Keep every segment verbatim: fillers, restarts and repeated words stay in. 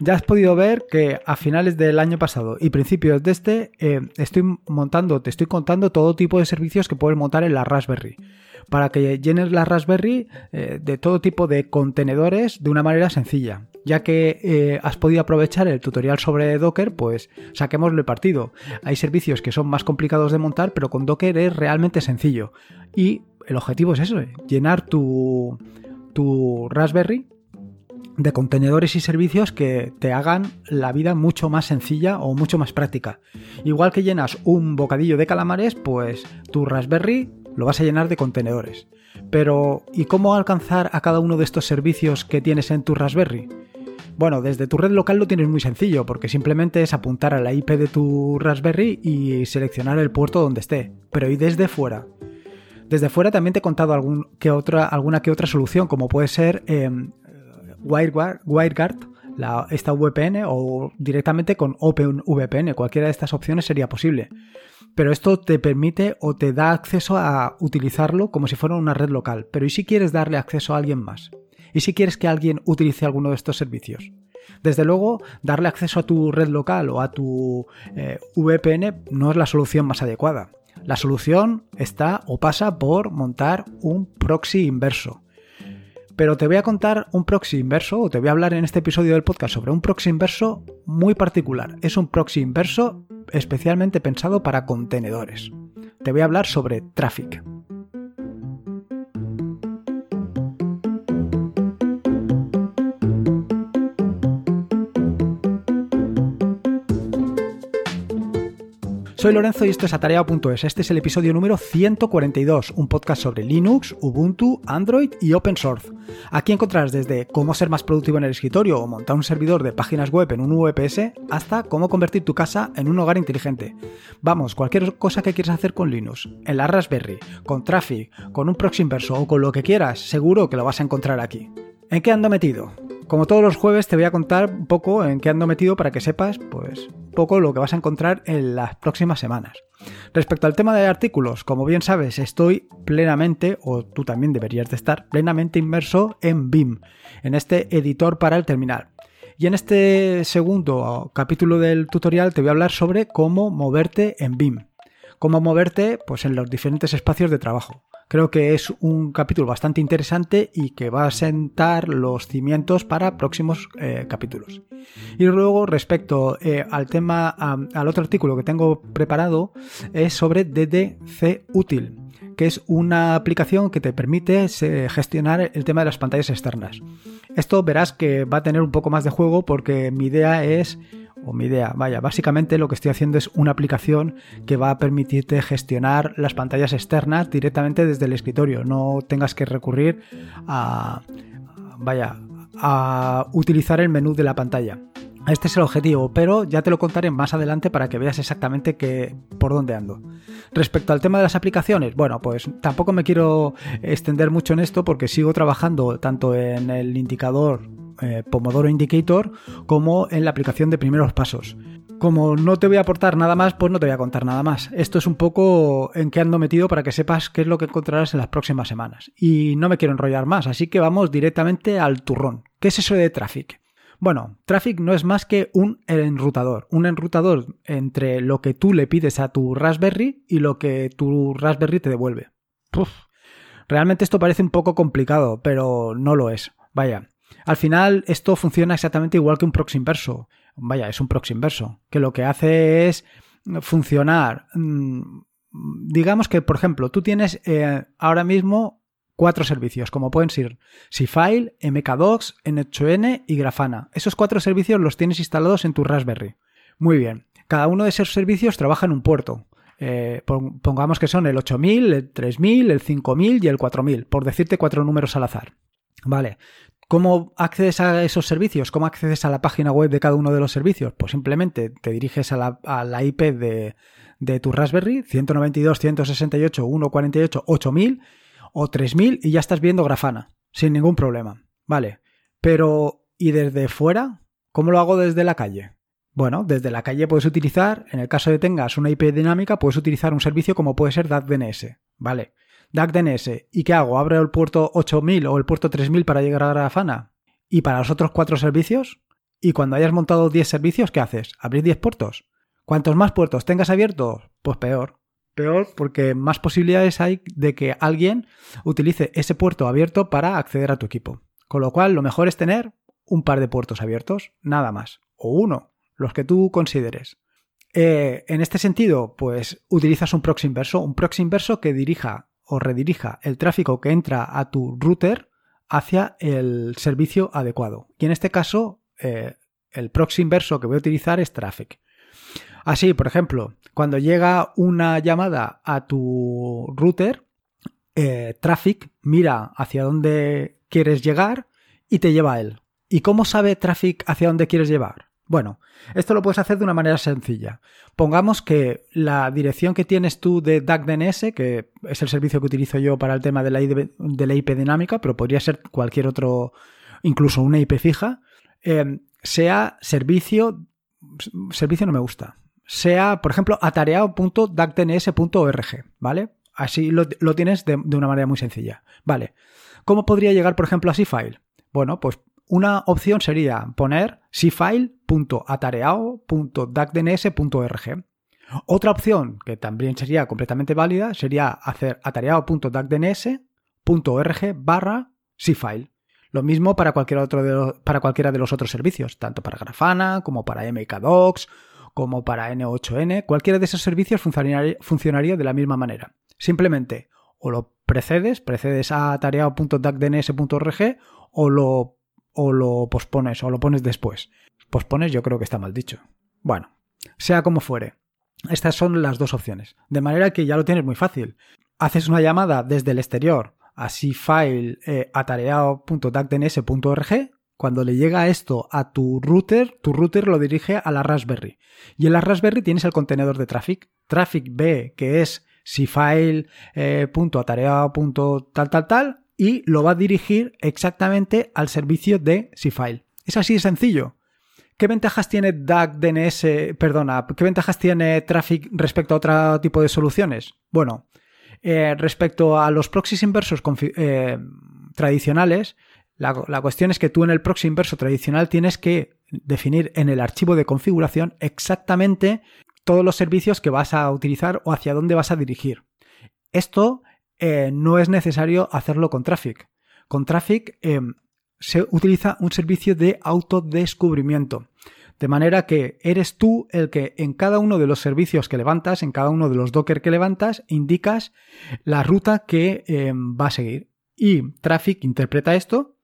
ya has podido ver que a finales del año pasado y principios de este eh, estoy montando, te estoy contando todo tipo de servicios que puedes montar en la Raspberry para que llenes la Raspberry eh, de todo tipo de contenedores de una manera sencilla. Ya que eh, has podido aprovechar el tutorial sobre Docker, pues saquémosle partido. Hay servicios que son más complicados de montar, pero con Docker es realmente sencillo. Y el objetivo es eso, eh, llenar tu, tu Raspberry de contenedores y servicios que te hagan la vida mucho más sencilla o mucho más práctica. Igual que llenas un bocadillo de calamares, pues tu Raspberry lo vas a llenar de contenedores. Pero, ¿y cómo alcanzar a cada uno de estos servicios que tienes en tu Raspberry? Bueno, desde tu red local lo tienes muy sencillo, porque simplemente es apuntar a la I P de tu Raspberry y seleccionar el puerto donde esté. Pero ¿y desde fuera? Desde fuera también te he contado algún que otra, alguna que otra solución, como puede ser eh, WireGuard, WireGuard la, esta V P N, o directamente con OpenVPN. Cualquiera de estas opciones sería posible. Pero esto te permite o te da acceso a utilizarlo como si fuera una red local. Pero ¿y si quieres darle acceso a alguien más? ¿Y si quieres que alguien utilice alguno de estos servicios? Desde luego, darle acceso a tu red local o a tu eh, V P N no es la solución más adecuada. La solución está o pasa por montar un proxy inverso. Pero te voy a contar un proxy inverso, o te voy a hablar en este episodio del podcast sobre un proxy inverso muy particular. Es un proxy inverso especialmente pensado para contenedores. Te voy a hablar sobre Traefik. Soy Lorenzo y esto es Atareado punto es. Este es el episodio número ciento cuarenta y dos, un podcast sobre Linux, Ubuntu, Android y Open Source. Aquí encontrarás desde cómo ser más productivo en el escritorio o montar un servidor de páginas web en un V P S hasta cómo convertir tu casa en un hogar inteligente. Vamos, cualquier cosa que quieras hacer con Linux, en la Raspberry, con Traefik, con un proxy inverso o con lo que quieras, seguro que lo vas a encontrar aquí. ¿En qué ando metido? Como todos los jueves te voy a contar un poco en qué ando metido para que sepas, pues, un poco lo que vas a encontrar en las próximas semanas. Respecto al tema de artículos, como bien sabes, estoy plenamente, o tú también deberías de estar, plenamente inmerso en Vim, en este editor para el terminal. Y en este segundo capítulo del tutorial te voy a hablar sobre cómo moverte en Vim. Cómo moverte, pues, en los diferentes espacios de trabajo. Creo que es un capítulo bastante interesante y que va a sentar los cimientos para próximos eh, capítulos. Y luego, respecto eh, al tema, a, al otro artículo que tengo preparado, es sobre D D C Útil, que es una aplicación que te permite eh, gestionar el tema de las pantallas externas. Esto verás que va a tener un poco más de juego porque mi idea es... o mi idea, vaya, básicamente lo que estoy haciendo es una aplicación que va a permitirte gestionar las pantallas externas directamente desde el escritorio, no tengas que recurrir a, vaya, a utilizar el menú de la pantalla. Este es el objetivo, pero ya te lo contaré más adelante para que veas exactamente que, por dónde ando. Respecto al tema de las aplicaciones, bueno, pues tampoco me quiero extender mucho en esto porque sigo trabajando tanto en el indicador eh, Pomodoro Indicator como en la aplicación de primeros pasos. Como no te voy a aportar nada más, pues no te voy a contar nada más. Esto es un poco en qué ando metido para que sepas qué es lo que encontrarás en las próximas semanas. Y no me quiero enrollar más, así que vamos directamente al turrón. ¿Qué es eso de Traefik? Bueno, Traefik no es más que un enrutador, un enrutador entre lo que tú le pides a tu Raspberry y lo que tu Raspberry te devuelve. Uf, realmente esto parece un poco complicado, pero no lo es. Vaya, al final esto funciona exactamente igual que un proxy inverso. Vaya, es un proxy inverso, que lo que hace es funcionar. Digamos que, por ejemplo, tú tienes eh, ahora mismo cuatro servicios, como pueden ser Seafile, M K Docs, N ocho N y Grafana. Esos cuatro servicios los tienes instalados en tu Raspberry. Muy bien. Cada uno de esos servicios trabaja en un puerto. Eh, pongamos que son el ocho mil, el tres mil, el cinco mil y el cuatro mil, por decirte cuatro números al azar. Vale. ¿Cómo accedes a esos servicios? ¿Cómo accedes a la página web de cada uno de los servicios? Pues simplemente te diriges a la, a la I P de, de tu Raspberry, ciento noventa y dos, ciento sesenta y ocho, ciento cuarenta y ocho, ocho mil o tres mil y ya estás viendo Grafana, sin ningún problema. Vale, pero ¿y desde fuera? ¿Cómo lo hago desde la calle? Bueno, desde la calle puedes utilizar, en el caso de que tengas una I P dinámica, puedes utilizar un servicio como puede ser D A C D N S. Vale. D A C D N S. ¿Y qué hago? ¿Abro el puerto ocho mil o el puerto tres mil para llegar a Grafana? ¿Y para los otros cuatro servicios? Y cuando hayas montado diez servicios, ¿qué haces? ¿Abrir diez puertos? Cuantos más puertos tengas abiertos, pues peor. Peor porque más posibilidades hay de que alguien utilice ese puerto abierto para acceder a tu equipo. Con lo cual, lo mejor es tener un par de puertos abiertos, nada más. O uno, los que tú consideres. Eh, en este sentido, pues utilizas un proxy inverso. Un proxy inverso que dirija o redirija el tráfico que entra a tu router hacia el servicio adecuado. Y en este caso, eh, el proxy inverso que voy a utilizar es Traefik. Así, por ejemplo, cuando llega una llamada a tu router, eh, Traefik mira hacia dónde quieres llegar y te lleva a él. ¿Y cómo sabe Traefik hacia dónde quieres llevar? Bueno, esto lo puedes hacer de una manera sencilla. Pongamos que la dirección que tienes tú de D A C D N S, que es el servicio que utilizo yo para el tema de la, de la I P dinámica, pero podría ser cualquier otro, incluso una I P fija, eh, sea servicio, servicio no me gusta, sea, por ejemplo, atareado punto d a c d n s punto org, ¿vale? Así lo, lo tienes de, de una manera muy sencilla. Vale. ¿Cómo podría llegar, por ejemplo, a cfile? Bueno, pues una opción sería poner cfile punto atareado punto d a c d n s punto org. Otra opción, que también sería completamente válida, sería hacer atareado punto d a c d n s punto org barra cfile. Lo mismo para, cualquier otro de los, para cualquiera de los otros servicios, tanto para Grafana como para M K Docs, como para N ocho N. Cualquiera de esos servicios funcionaría, funcionaría de la misma manera. Simplemente o lo precedes, precedes a atareado punto d a c d n s punto org o lo, o lo pospones o lo pones después. Pospones yo creo que está mal dicho. Bueno, sea como fuere. Estas son las dos opciones. De manera que ya lo tienes muy fácil. Haces una llamada desde el exterior a cfile eh, atareado punto d a c d n s punto org. Cuando le llega esto a tu router, tu router lo dirige a la Raspberry. Y en la Raspberry tienes el contenedor de Traefik. Traefik ve que es cfile punto atareado punto tal tal tal y lo va a dirigir exactamente al servicio de cfile. Es así de sencillo. ¿Qué ventajas tiene D A C D N S, perdona, qué ventajas tiene Traefik respecto a otro tipo de soluciones? Bueno, eh, respecto a los proxies inversos eh, tradicionales, la, la cuestión es que tú en el proxy inverso tradicional tienes que definir en el archivo de configuración exactamente todos los servicios que vas a utilizar o hacia dónde vas a dirigir. Esto eh, no es necesario hacerlo con Traefik. Con Traefik eh, se utiliza un servicio de autodescubrimiento. De manera que eres tú el que en cada uno de los servicios que levantas, en cada uno de los Docker que levantas, indicas la ruta que eh, va a seguir. Y Traefik interpreta esto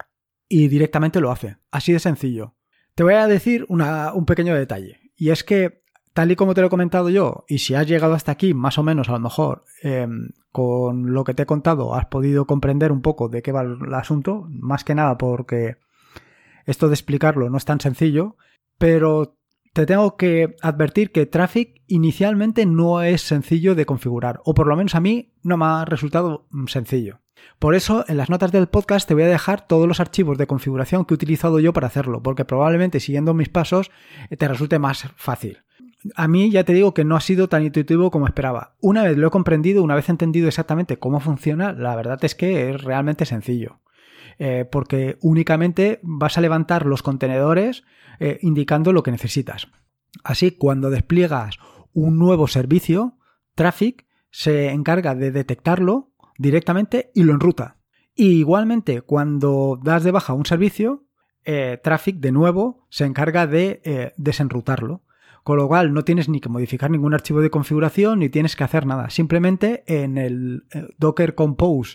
y directamente lo hace. Así de sencillo. Te voy a decir una, un pequeño detalle. Y es que, tal y como te lo he comentado yo, y si has llegado hasta aquí, más o menos a lo mejor, eh, con lo que te he contado, has podido comprender un poco de qué va el asunto, más que nada porque esto de explicarlo no es tan sencillo, pero te tengo que advertir que Traefik inicialmente no es sencillo de configurar, o por lo menos a mí no me ha resultado sencillo. Por eso, en las notas del podcast te voy a dejar todos los archivos de configuración que he utilizado yo para hacerlo, porque probablemente siguiendo mis pasos te resulte más fácil. A mí ya te digo que no ha sido tan intuitivo como esperaba. Una vez lo he comprendido, una vez entendido exactamente cómo funciona, la verdad es que es realmente sencillo. Eh, porque únicamente vas a levantar los contenedores eh, indicando lo que necesitas. Así, cuando despliegas un nuevo servicio, Traefik se encarga de detectarlo directamente y lo enruta. Y igualmente, cuando das de baja un servicio, eh, Traefik de nuevo se encarga de eh, desenrutarlo. Con lo cual no tienes ni que modificar ningún archivo de configuración ni tienes que hacer nada. Simplemente en el Docker Compose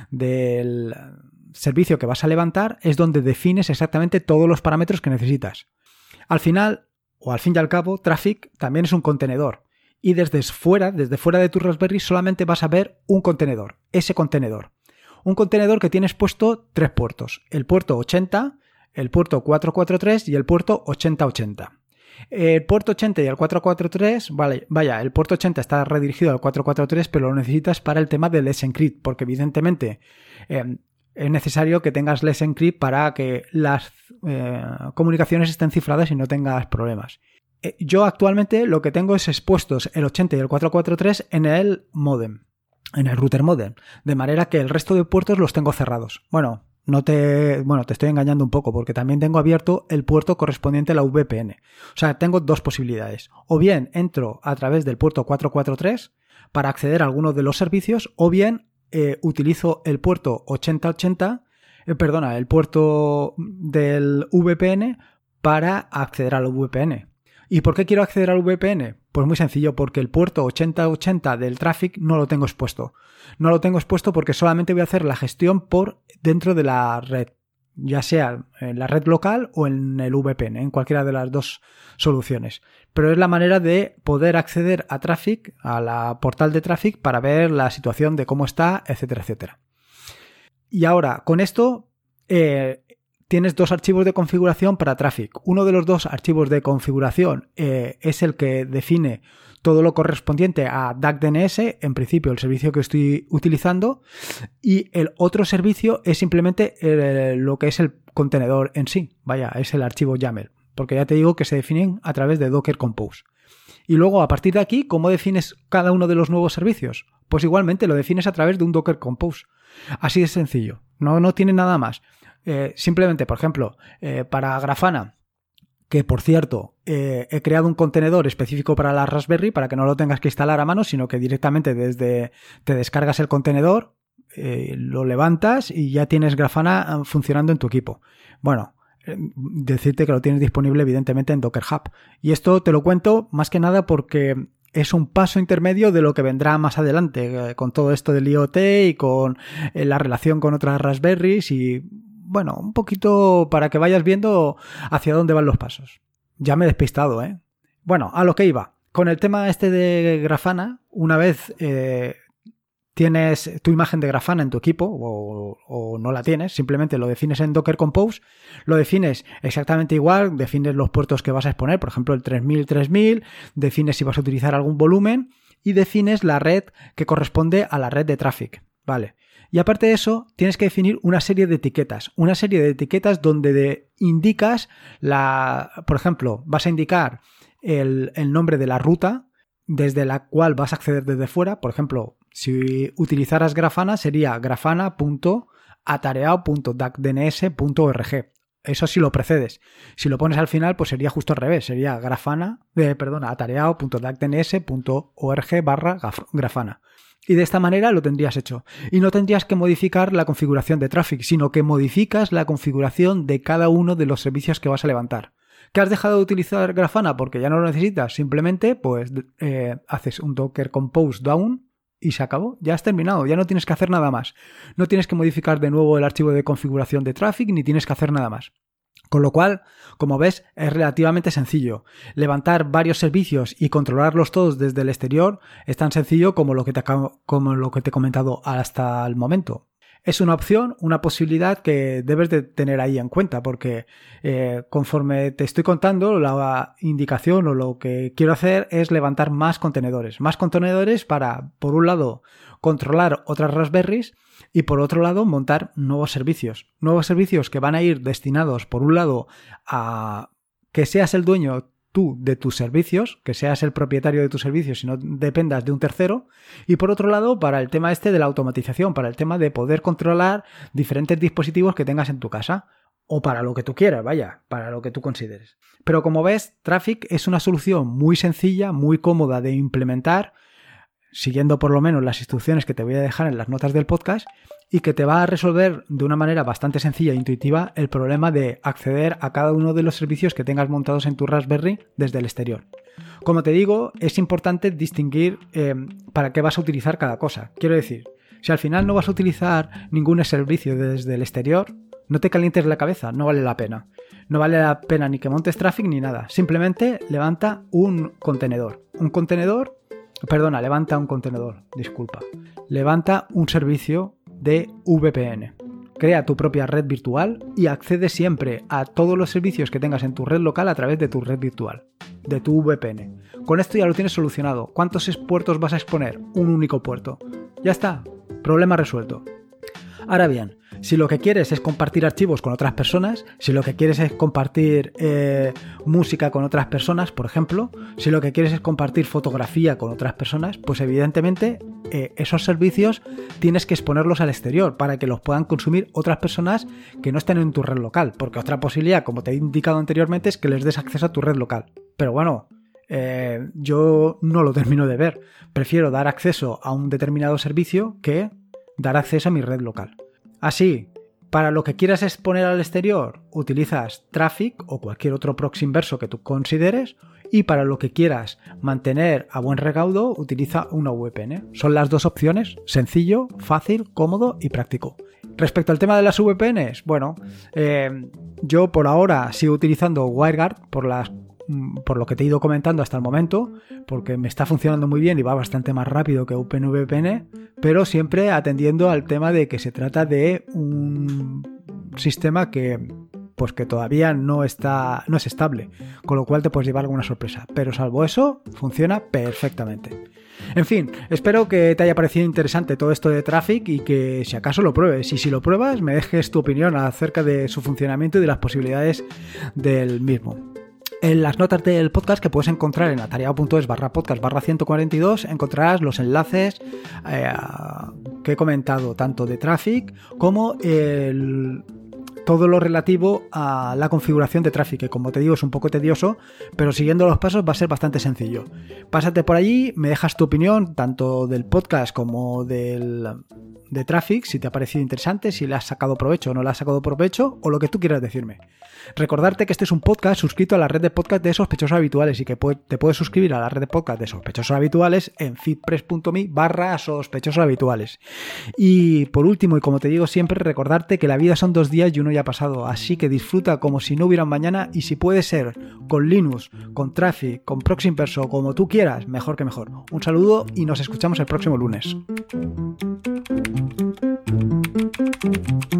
del servicio que vas a levantar es donde defines exactamente todos los parámetros que necesitas. Al final, o al fin y al cabo, Traefik también es un contenedor. Y desde fuera, desde fuera de tu Raspberry solamente vas a ver un contenedor, ese contenedor. Un contenedor que tienes puesto tres puertos. El puerto ochenta, el puerto cuatrocientos cuarenta y tres y el puerto ochenta ochenta. El puerto ochenta y el cuatrocientos cuarenta y tres, vale, vaya, el puerto ochenta está redirigido al cuatrocientos cuarenta y tres, pero lo necesitas para el tema del Let's Encrypt, porque evidentemente eh, es necesario que tengas Let's Encrypt para que las eh, comunicaciones estén cifradas y no tengas problemas. Eh, yo actualmente lo que tengo es expuestos el ochenta y el cuatrocientos cuarenta y tres en el modem, en el router modem, de manera que el resto de puertos los tengo cerrados. Bueno, No te, bueno, te estoy engañando un poco porque también tengo abierto el puerto correspondiente a la V P N. O sea, tengo dos posibilidades. O bien entro a través del puerto cuatrocientos cuarenta y tres para acceder a alguno de los servicios, o bien eh, utilizo el puerto ochenta ochenta, eh, perdona, el puerto del V P N para acceder al V P N. ¿Y por qué quiero acceder al V P N? Pues muy sencillo, porque el puerto ochenta ochenta del Traffic no lo tengo expuesto. No lo tengo expuesto porque solamente voy a hacer la gestión por dentro de la red, ya sea en la red local o en el V P N, en cualquiera de las dos soluciones. Pero es la manera de poder acceder a Traffic, a la portal de Traffic, para ver la situación de cómo está, etcétera, etcétera. Y ahora, con esto... Eh, Tienes dos archivos de configuración para Traffic. Uno de los dos archivos de configuración eh, es el que define todo lo correspondiente a D A C D N S, en principio el servicio que estoy utilizando, y el otro servicio es simplemente eh, lo que es el contenedor en sí. Vaya, es el archivo YAML, porque ya te digo que se definen a través de Docker Compose. Y luego, a partir de aquí, ¿cómo defines cada uno de los nuevos servicios? Pues igualmente lo defines a través de un Docker Compose. Así de sencillo. No, no tiene nada más. Eh, simplemente, por ejemplo, eh, para Grafana, que por cierto eh, he creado un contenedor específico para la Raspberry para que no lo tengas que instalar a mano, sino que directamente desde te descargas el contenedor, eh, lo levantas y ya tienes Grafana funcionando en tu equipo. Bueno, eh, decirte que lo tienes disponible evidentemente en Docker Hub. Y esto te lo cuento más que nada porque es un paso intermedio de lo que vendrá más adelante, eh, con todo esto del I O T y con eh, la relación con otras Raspberries y... Bueno, un poquito para que vayas viendo hacia dónde van los pasos. Ya me he despistado, ¿eh? Bueno, a lo que iba. Con el tema este de Grafana, una vez eh, tienes tu imagen de Grafana en tu equipo, o, o no la tienes, simplemente lo defines en Docker Compose, lo defines exactamente igual, defines los puertos que vas a exponer, por ejemplo el tres mil, tres mil, defines si vas a utilizar algún volumen y defines la red que corresponde a la red de Traffic, ¿vale? Y aparte de eso, tienes que definir una serie de etiquetas. Una serie de etiquetas donde de indicas, la, por ejemplo, vas a indicar el, el nombre de la ruta desde la cual vas a acceder desde fuera. Por ejemplo, si utilizaras Grafana, sería grafana punto atareado punto d a c d n s punto org. Eso sí lo precedes. Si lo pones al final, pues sería justo al revés. Sería grafana, eh, perdona, atareado punto d a c d n s punto org barra grafana. Y de esta manera lo tendrías hecho. Y no tendrías que modificar la configuración de Traffic, sino que modificas la configuración de cada uno de los servicios que vas a levantar. ¿Que has dejado de utilizar Grafana porque ya no lo necesitas? Simplemente pues eh, haces un Docker Compose down y se acabó. Ya has terminado, ya no tienes que hacer nada más. No tienes que modificar de nuevo el archivo de configuración de Traffic ni tienes que hacer nada más. Con lo cual, como ves, es relativamente sencillo. Levantar varios servicios y controlarlos todos desde el exterior es tan sencillo como lo que te, acabo, como lo que te he comentado hasta el momento. Es una opción, una posibilidad que debes de tener ahí en cuenta porque eh, conforme te estoy contando, la indicación o lo que quiero hacer es levantar más contenedores. Más contenedores para, por un lado, controlar otras Raspberries y por otro lado montar nuevos servicios. Nuevos servicios que van a ir destinados por un lado a que seas el dueño tú de tus servicios, que seas el propietario de tus servicios y no dependas de un tercero, y por otro lado para el tema este de la automatización, para el tema de poder controlar diferentes dispositivos que tengas en tu casa o para lo que tú quieras, vaya, para lo que tú consideres. Pero como ves, Traffic es una solución muy sencilla, muy cómoda de implementar, siguiendo por lo menos las instrucciones que te voy a dejar en las notas del podcast y que te va a resolver de una manera bastante sencilla e intuitiva el problema de acceder a cada uno de los servicios que tengas montados en tu Raspberry desde el exterior. Como te digo, es importante distinguir eh, para qué vas a utilizar cada cosa. Quiero decir, si al final no vas a utilizar ningún servicio desde el exterior, no te calientes la cabeza, no vale la pena. No vale la pena ni que montes Traffic ni nada. Simplemente levanta un contenedor. Un contenedor Perdona, levanta un contenedor, disculpa. Levanta un servicio de V P N. Crea tu propia red virtual y accede siempre a todos los servicios que tengas en tu red local a través de tu red virtual, de tu V P N. Con esto ya lo tienes solucionado. ¿Cuántos puertos vas a exponer? Un único puerto. Ya está, problema resuelto. Ahora bien, si lo que quieres es compartir archivos con otras personas, si lo que quieres es compartir eh, música con otras personas, por ejemplo, si lo que quieres es compartir fotografía con otras personas, pues evidentemente eh, esos servicios tienes que exponerlos al exterior para que los puedan consumir otras personas que no estén en tu red local, porque otra posibilidad, como te he indicado anteriormente, es que les des acceso a tu red local. Pero bueno, eh, yo no lo termino de ver. Prefiero dar acceso a un determinado servicio que dar acceso a mi red local. Así, para lo que quieras exponer al exterior, utilizas Traffic o cualquier otro proxy inverso que tú consideres, y para lo que quieras mantener a buen recaudo, utiliza una V P N. Son las dos opciones: sencillo, fácil, cómodo y práctico. Respecto al tema de las V P Ns, bueno, eh, yo por ahora sigo utilizando WireGuard por las por lo que te he ido comentando hasta el momento, porque me está funcionando muy bien y va bastante más rápido que OpenVPN, pero siempre atendiendo al tema de que se trata de un sistema que pues que todavía no está no es estable, con lo cual te puedes llevar alguna sorpresa, pero salvo eso, funciona perfectamente. En fin, espero que te haya parecido interesante todo esto de Traffic y que si acaso lo pruebes, y si lo pruebas me dejes tu opinión acerca de su funcionamiento y de las posibilidades del mismo. En las notas del podcast, que puedes encontrar en atareado.es barra podcast barra ciento cuarenta y dos, encontrarás los enlaces eh, que he comentado, tanto de Traffic como el, todo lo relativo a la configuración de Traffic, que como te digo es un poco tedioso, pero siguiendo los pasos va a ser bastante sencillo. Pásate por allí, me dejas tu opinión, tanto del podcast como del... de Traffic, si te ha parecido interesante, si le has sacado provecho o no le has sacado provecho, o lo que tú quieras decirme. Recordarte que este es un podcast suscrito a la red de podcast de Sospechosos Habituales y que te puedes suscribir a la red de podcast de Sospechosos Habituales en feedpress.me barra sospechosos habituales. Y por último, y como te digo siempre, recordarte que la vida son dos días y uno ya ha pasado, así que disfruta como si no hubiera un mañana, y si puede ser con Linux, con Traffic, con Proxy Inverso, como tú quieras, mejor que mejor. Un saludo y nos escuchamos el próximo lunes. Thank you.